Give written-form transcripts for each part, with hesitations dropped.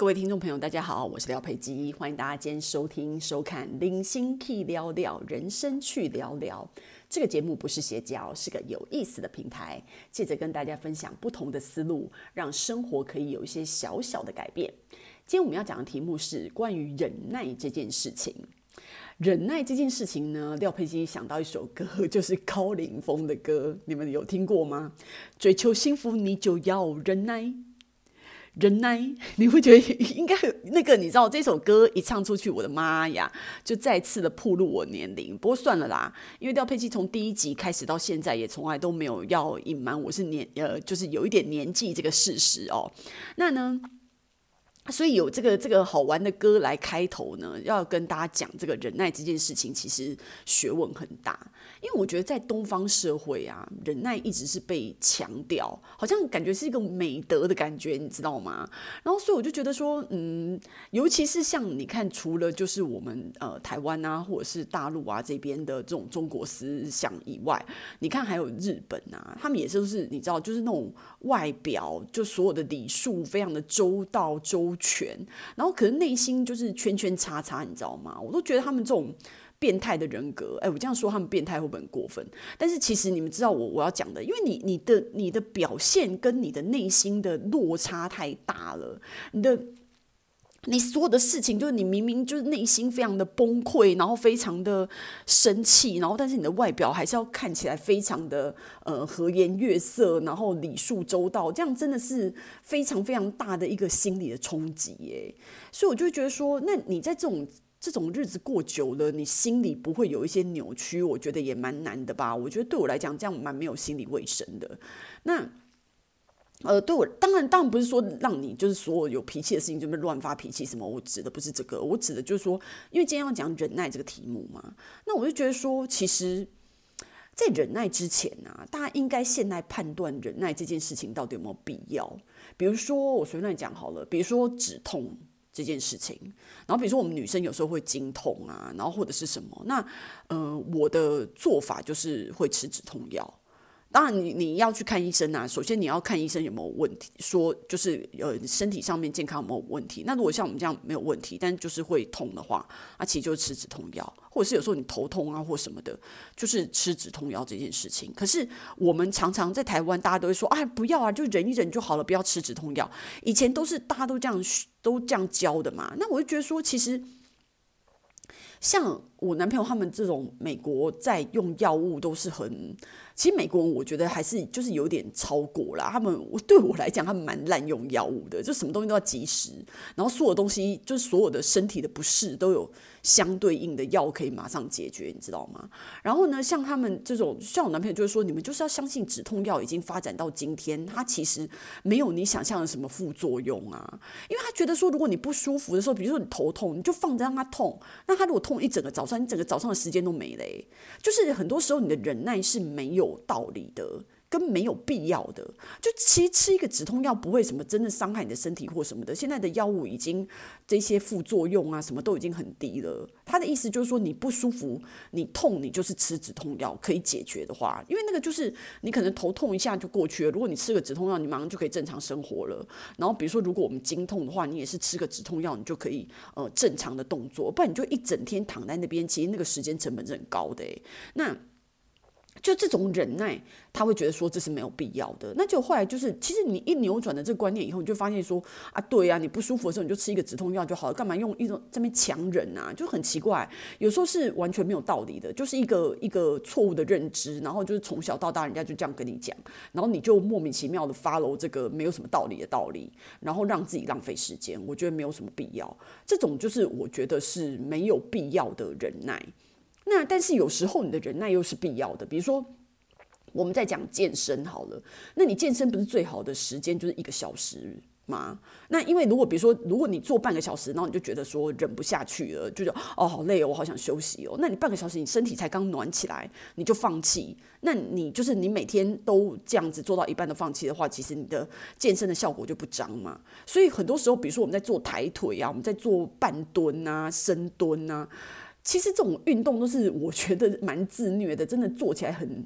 位听众朋友，大家好，我是廖佩基，欢迎大家今天收听收看《零星 K 聊聊人生去聊聊》。这个节目不是邪教，是个有意思的平台，借着跟大家分享不同的思路，让生活可以有一些小小的改变。今天我们要讲的题目是关于忍耐这件事情。忍耐这件事情呢，廖佩基想到一首歌，就是高凌风的歌，你们有听过吗？追求幸福，你就要忍耐。忍耐，你会觉得应该那个，你知道这首歌一唱出去，我的妈呀，就再次的暴露我年龄。不过算了啦，因为廖佩基从第一集开始到现在，也从来都没有要隐瞒我是就是有一点年纪这个事实哦。那呢？所以有这个好玩的歌来开头呢，要跟大家讲这个忍耐这件事情，其实学问很大。因为我觉得在东方社会啊，忍耐一直是被强调，好像感觉是一个美德的感觉，你知道吗？然后所以我就觉得说，尤其是像你看，除了就是我们台湾啊，或者是大陆啊这边的这种中国思想以外，你看还有日本啊，他们也是你知道，就是那种外表就所有的礼数非常的周到周全，然后可是内心就是圈圈叉叉，你知道吗？我都觉得他们这种变态的人格，我这样说他们变态会不会很过分？但是其实你们知道我要讲的，因为你的表现跟你的内心的落差太大了，你所有的事情，就是你明明就是内心非常的崩溃，然后非常的生气，然后但是你的外表还是要看起来非常的和颜悦色，然后礼数周到，这样真的是非常非常大的一个心理的冲击耶。所以我就会觉得说，那你在这种日子过久了，你心里不会有一些扭曲，我觉得也蛮难的吧。我觉得对我来讲，这样蛮没有心理卫生的。那对我当然不是说让你就是所有有脾气的事情就乱发脾气什么，我指的不是这个，我指的就是说，因为今天要讲忍耐这个题目嘛，那我就觉得说，其实，在忍耐之前啊，大家应该现在判断忍耐这件事情到底有没有必要。比如说，我随便讲好了，比如说止痛这件事情，然后比如说我们女生有时候会经痛啊，然后或者是什么，那我的做法就是会吃止痛药。当然你要去看医生啊，首先你要看医生有没有问题，说就是身体上面健康有没有问题。那如果像我们这样没有问题，但就是会痛的话，其实就是吃止痛药，或者是有时候你头痛啊或什么的，就是吃止痛药这件事情。可是我们常常在台湾，大家都会说不要啊，就忍一忍就好了，不要吃止痛药。以前都是大家都这样教的嘛。那我就觉得说，其实像我男朋友他们这种美国在用药物都是其实美国人我觉得还是就是有点超过啦。对我来讲，他们蛮滥用药物的，就什么东西都要及时，然后所有东西就是所有的身体的不适都有相对应的药可以马上解决，你知道吗？然后呢，像他们这种，像我男朋友就会说，你们就是要相信止痛药已经发展到今天，它其实没有你想象的什么副作用啊。因为他觉得说，如果你不舒服的时候，比如说你头痛，你就放着让它痛，那他如果痛一整个早上，你整个早上的时间都没了就是很多时候你的忍耐是没有道理的，跟没有必要的。就其实吃一个止痛药不会什么真的伤害你的身体或什么的，现在的药物已经这些副作用啊什么都已经很低了。他的意思就是说，你不舒服你痛，你就是吃止痛药可以解决的话，因为那个就是你可能头痛一下就过去了，如果你吃个止痛药，你马上就可以正常生活了。然后比如说如果我们经痛的话，你也是吃个止痛药，你就可以正常的动作，不然你就一整天躺在那边，其实那个时间成本是很高的那就这种忍耐，他会觉得说这是没有必要的。那就后来就是，其实你一扭转了这个观念以后，你就发现说对啊，你不舒服的时候你就吃一个止痛药就好了，干嘛用一种这边强忍啊？就很奇怪，有时候是完全没有道理的，就是一个错误的认知，然后就是从小到大人家就这样跟你讲，然后你就莫名其妙的 follow 这个没有什么道理的道理，然后让自己浪费时间，我觉得没有什么必要。这种就是我觉得是没有必要的忍耐。那但是有时候你的忍耐又是必要的，比如说我们在讲健身好了，那你健身不是最好的时间就是1个小时吗？那因为如果你做半个小时，然后你就觉得说忍不下去了，就觉得好累哦，我好想休息哦。那你半个小时你身体才刚暖起来，你就放弃，那你就是你每天都这样子做到一半的放弃的话，其实你的健身的效果就不彰嘛。所以很多时候，比如说我们在做抬腿啊，我们在做半蹲啊、深蹲啊。其实这种运动都是我觉得蛮自虐的，真的做起来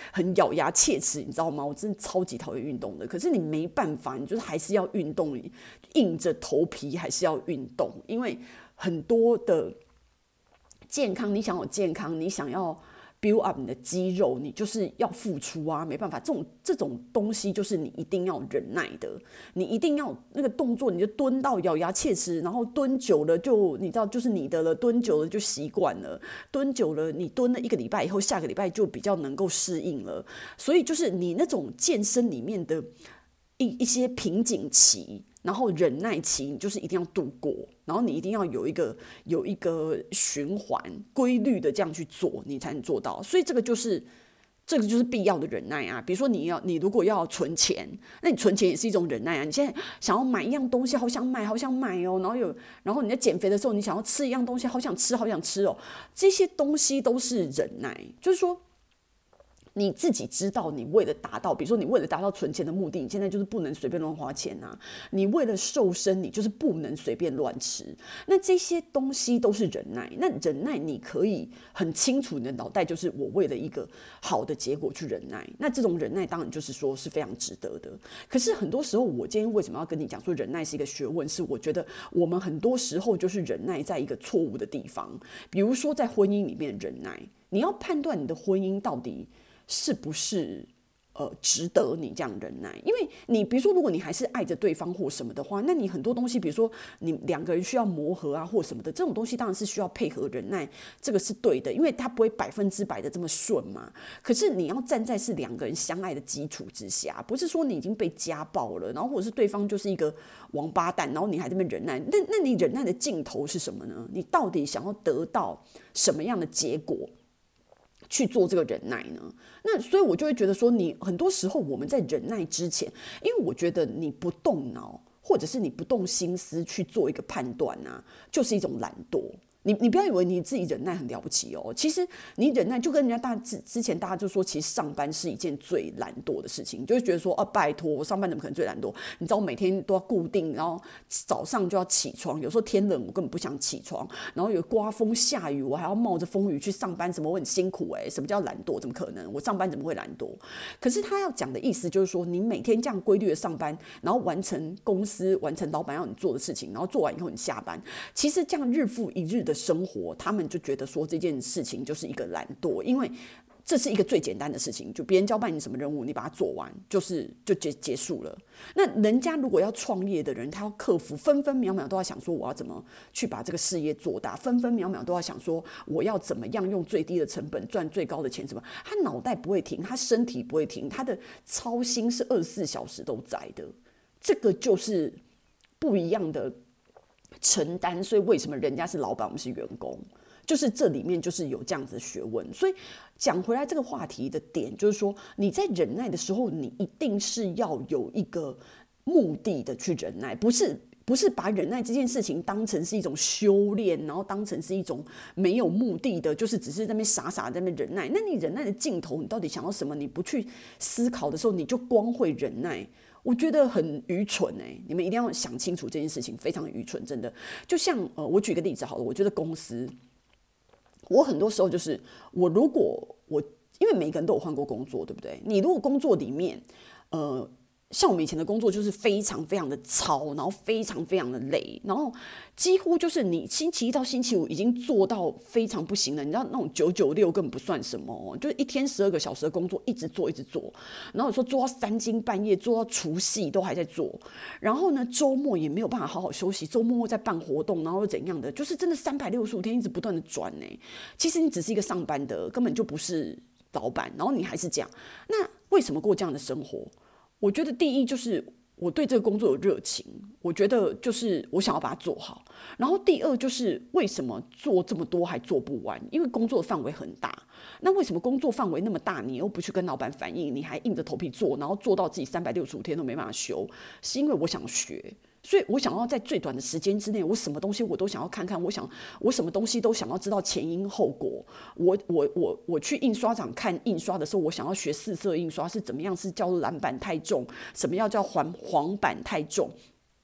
很咬牙切齿，你知道吗？我真的超级讨厌运动的，可是你没办法，你就是还是要运动，硬着头皮还是要运动，因为很多的健康，你想有健康，你想要build up 你的肌肉，你就是要付出啊，没办法，这种东西就是你一定要忍耐的，你一定要那个动作，你就蹲到咬牙切齿，然后蹲久了就你知道就是你的了，蹲久了就习惯了，蹲久了你蹲了1个礼拜以后，下个礼拜就比较能够适应了，所以就是你那种健身里面的一些瓶颈期。然后忍耐期，你就是一定要度过，然后你一定要有一个循环规律的这样去做，你才能做到。所以这个就是必要的忍耐啊。比如说你如果要存钱，那你存钱也是一种忍耐啊。你现在想要买一样东西，好想买哦，然后你在减肥的时候，你想要吃一样东西，好想吃哦，这些东西都是忍耐，就是说。你自己知道，你为了达到，比如说你为了达到存钱的目的，你现在就是不能随便乱花钱啊。你为了瘦身，你就是不能随便乱吃。那这些东西都是忍耐。那忍耐，你可以很清楚，你的脑袋就是我为了一个好的结果去忍耐。那这种忍耐当然就是说是非常值得的。可是很多时候，我今天为什么要跟你讲说忍耐是一个学问？是我觉得我们很多时候就是忍耐在一个错误的地方，比如说在婚姻里面忍耐，你要判断你的婚姻到底。是不是值得你这样忍耐？因为你比如说，如果你还是爱着对方或什么的话，那你很多东西，比如说你2个人需要磨合啊或什么的，这种东西当然是需要配合忍耐，这个是对的，因为它不会100%的这么顺嘛。可是你要站在是2个人相爱的基础之下，不是说你已经被家暴了，然后或者是对方就是一个王八蛋，然后你还在那边忍耐，那你忍耐的尽头是什么呢？你到底想要得到什么样的结果？去做这个忍耐呢？那所以我就会觉得说，你很多时候我们在忍耐之前，因为我觉得你不动脑，或者是你不动心思去做一个判断啊，就是一种懒惰。你不要以为你自己忍耐很了不起哦，其实你忍耐就跟人家之前大家就说，其实上班是一件最懒惰的事情，就会觉得说拜托，我上班怎么可能最懒惰？你知道我每天都要固定，然后早上就要起床，有时候天冷我根本不想起床，然后有刮风下雨，我还要冒着风雨去上班，什么我很辛苦什么叫懒惰？怎么可能？我上班怎么会懒惰？可是他要讲的意思就是说，你每天这样规律的上班，然后完成公司、完成老板要你做的事情，然后做完以后你下班，其实这样日复一日的生活，他们就觉得说这件事情就是一个懒惰，因为这是一个最简单的事情，就别人交办你什么任务，你把它做完，就结束了。那人家如果要创业的人，他要克服分分秒秒都要想说我要怎么去把这个事业做大，分分秒秒都要想说我要怎么样用最低的成本赚最高的钱，什么？他脑袋不会停，他身体不会停，他的操心是24小时都在的。这个就是不一样的承担，所以为什么人家是老板，我们是员工？就是这里面就是有这样子的学问。所以讲回来这个话题的点，就是说你在忍耐的时候，你一定是要有一个目的的去忍耐，不是把忍耐这件事情当成是一种修炼，然后当成是一种没有目的的，就是只是在那边傻傻在那边忍耐。那你忍耐的尽头，你到底想要什么？你不去思考的时候，你就光会忍耐。我觉得很愚蠢你们一定要想清楚这件事情，非常愚蠢，真的。就像我举个例子好了，我觉得公司，我很多时候就是如果因为每个人都有换过工作，对不对？你如果工作里面像我们以前的工作就是非常非常的操，然后非常非常的累，然后几乎就是你星期一到星期五已经做到非常不行了。你知道那种996根本不算什么就是一天12个小时的工作，一直做，然后有时候做到3更半夜，做到除夕都还在做。然后呢，周末也没有办法好好休息，周末在办活动，然后又怎样的，就是真的365天一直不断的转其实你只是一个上班的，根本就不是老板，然后你还是这样。那为什么过这样的生活？我觉得第一就是我对这个工作有热情，我觉得就是我想要把它做好。然后第二就是为什么做这么多还做不完？因为工作的范围很大。那为什么工作范围那么大，你又不去跟老板反映，你还硬着头皮做，然后做到自己365天都没办法休？是因为我想学。所以我想要在最短的时间之内，我什么东西我都想要看看，我什么东西都想要知道前因后果。我去印刷厂看印刷的时候，我想要学4色印刷是怎么样，是叫蓝板太重，什么要叫黄板太重。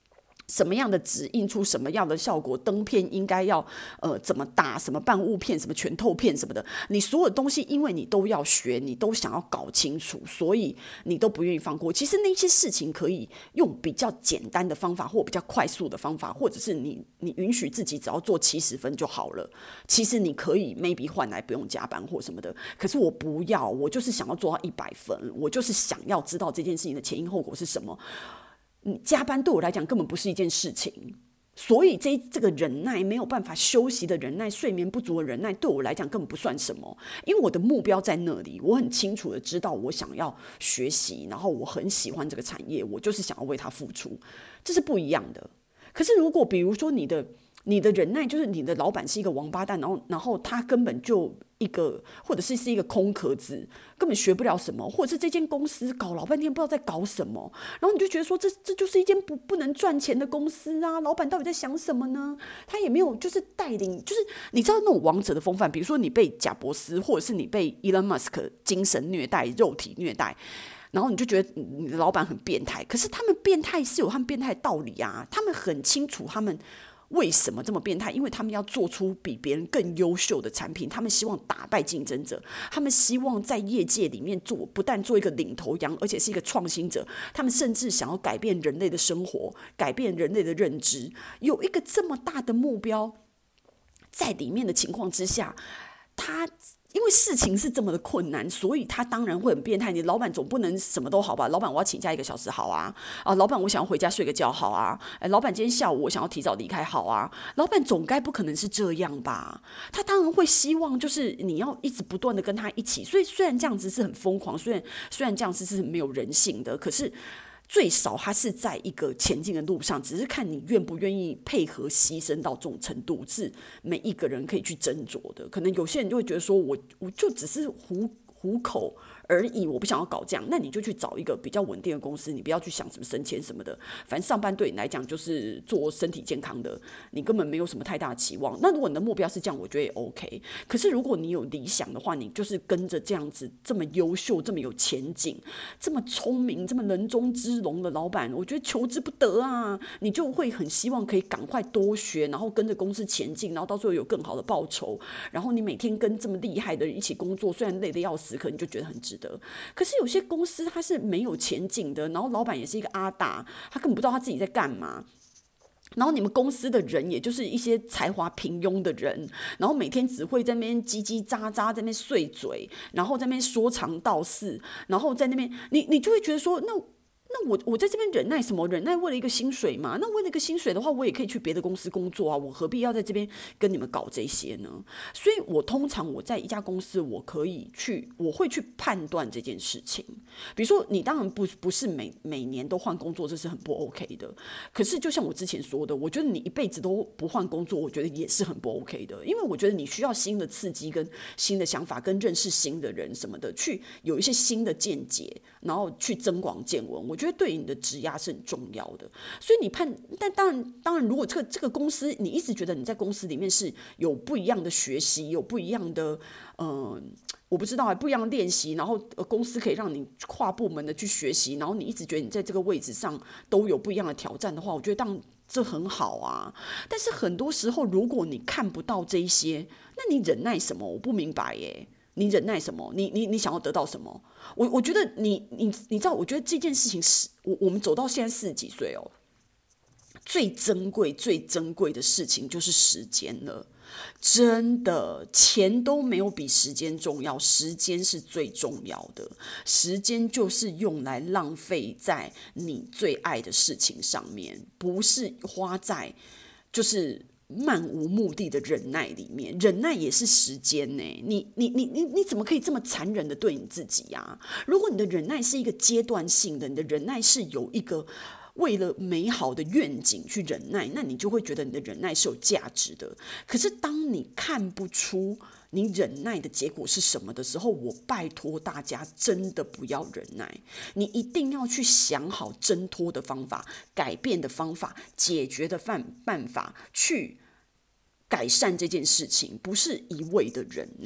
什么样的纸印出什么样的效果，灯片应该要怎么打，什么半雾片，什么全透片什么的，你所有东西因为你都要学，你都想要搞清楚，所以你都不愿意放过。其实那些事情可以用比较简单的方法，或比较快速的方法，或者是你允许自己只要做70分就好了。其实你可以 maybe 换来不用加班或什么的，可是我不要，我就是想要做到100分，我就是想要知道这件事情的前因后果是什么。加班对我来讲根本不是一件事情，所以这个忍耐，没有办法休息的忍耐，睡眠不足的忍耐，对我来讲根本不算什么，因为我的目标在那里，我很清楚的知道我想要学习，然后我很喜欢这个产业，我就是想要为它付出，这是不一样的。可是如果比如说你的忍耐就是你的老板是一个王八蛋，然后他根本就或者是一个空壳子，根本学不了什么，或者是这间公司搞老半天不知道在搞什么，然后你就觉得说这就是一间不能赚钱的公司啊，老板到底在想什么呢？他也没有就是带领，就是你知道那种王者的风范，比如说你被贾伯斯或者是你被 Elon Musk 精神虐待、肉体虐待，然后你就觉得你的老板很变态，可是他们变态是有他们变态的道理啊，他们很清楚他们为什么这么变态？因为他们要做出比别人更优秀的产品，他们希望打败竞争者，他们希望在业界里面不但做一个领头羊，而且是一个创新者，他们甚至想要改变人类的生活，改变人类的认知，有一个这么大的目标在里面的情况之下，因为事情是这么的困难，所以他当然会很变态。你老板总不能什么都好吧？老板我要请假1个小时好啊，老板我想要回家睡个觉好啊，老板今天下午我想要提早离开好啊，老板总该不可能是这样吧？他当然会希望就是你要一直不断的跟他一起，所以虽然这样子是很疯狂，虽然这样子是没有人性的，可是最少他是在一个前进的路上，只是看你愿不愿意配合牺牲到这种程度，是每一个人可以去斟酌的。可能有些人就会觉得说我就只是糊口而已，我不想要搞这样，那你就去找一个比较稳定的公司，你不要去想什么升迁什么的，反正上班对你来讲就是做身体健康的，你根本没有什么太大的期望。那如果你的目标是这样，我觉得也 OK。可是如果你有理想的话，你就是跟着这样子这么优秀、这么有前景、这么聪明、这么人中之龙的老板，我觉得求之不得啊！你就会很希望可以赶快多学，然后跟着公司前进，然后到最后有更好的报酬，然后你每天跟这么厉害的人一起工作，虽然累得要死，可能就觉得很值得。可是有些公司它是没有前景的，然后老板也是一个阿大，他根本不知道他自己在干嘛。然后你们公司的人也就是一些才华平庸的人，然后每天只会在那边叽叽喳喳，在那边碎嘴，然后在那边说长道四，然后在那边你就会觉得说，那我在这边忍耐什么？忍耐为了一个薪水嘛？那为了一个薪水的话，我也可以去别的公司工作啊，我何必要在这边跟你们搞这些呢？所以我通常我在一家公司，我会去判断这件事情。比如说，你当然不是每年都换工作，这是很不 OK 的。可是就像我之前说的，我觉得你一辈子都不换工作，我觉得也是很不 OK 的。因为我觉得你需要新的刺激、跟新的想法、跟认识新的人什么的，去有一些新的见解，然后去增广见闻。我觉得对你的职涯是很重要的。所以但当然，如果这个公司你一直觉得你在公司里面是有不一样的学习，有不一样的我不知道不一样的练习，然后公司可以让你跨部门的去学习，然后你一直觉得你在这个位置上都有不一样的挑战的话，我觉得当然这很好啊。但是很多时候，如果你看不到这一些，那你忍耐什么？我不明白耶。你忍耐什么？你想要得到什么？我觉得你知道，我觉得这件事情是我们走到现在40几岁哦，最珍贵的事情就是时间了。真的，钱都没有比时间重要，时间是最重要的。时间就是用来浪费在你最爱的事情上面，不是花在就是漫无目的的忍耐里面。忍耐也是时间呢，你怎么可以这么残忍的对你自己啊？如果你的忍耐是一个阶段性的，你的忍耐是有一个为了美好的愿景去忍耐，那你就会觉得你的忍耐是有价值的。可是当你看不出你忍耐的结果是什么的时候，我拜托大家真的不要忍耐，你一定要去想好挣脱的方法、改变的方法、解决的办法，去改善这件事情，不是一味的忍耐。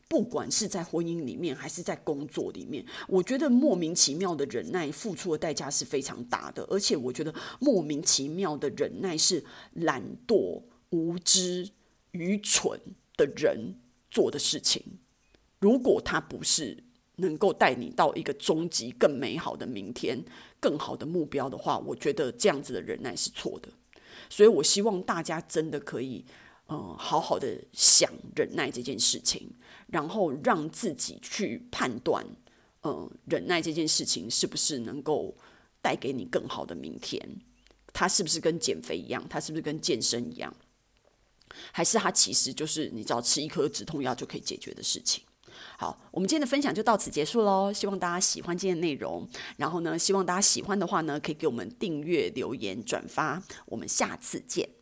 不管是在婚姻里面还是在工作里面，我觉得莫名其妙的忍耐付出的代价是非常大的，而且我觉得莫名其妙的忍耐是懒惰、无知、愚蠢的人做的事情。如果他不是能够带你到一个终极更美好的明天、更好的目标的话，我觉得这样子的忍耐是错的。所以我希望大家真的可以好好的想忍耐这件事情，然后让自己去判断忍耐这件事情是不是能够带给你更好的明天，它是不是跟减肥一样，它是不是跟健身一样，还是它其实就是你只要吃一颗止痛药就可以解决的事情。好，我们今天的分享就到此结束咯，希望大家喜欢今天的内容，然后呢，希望大家喜欢的话呢，可以给我们订阅、留言、转发，我们下次见。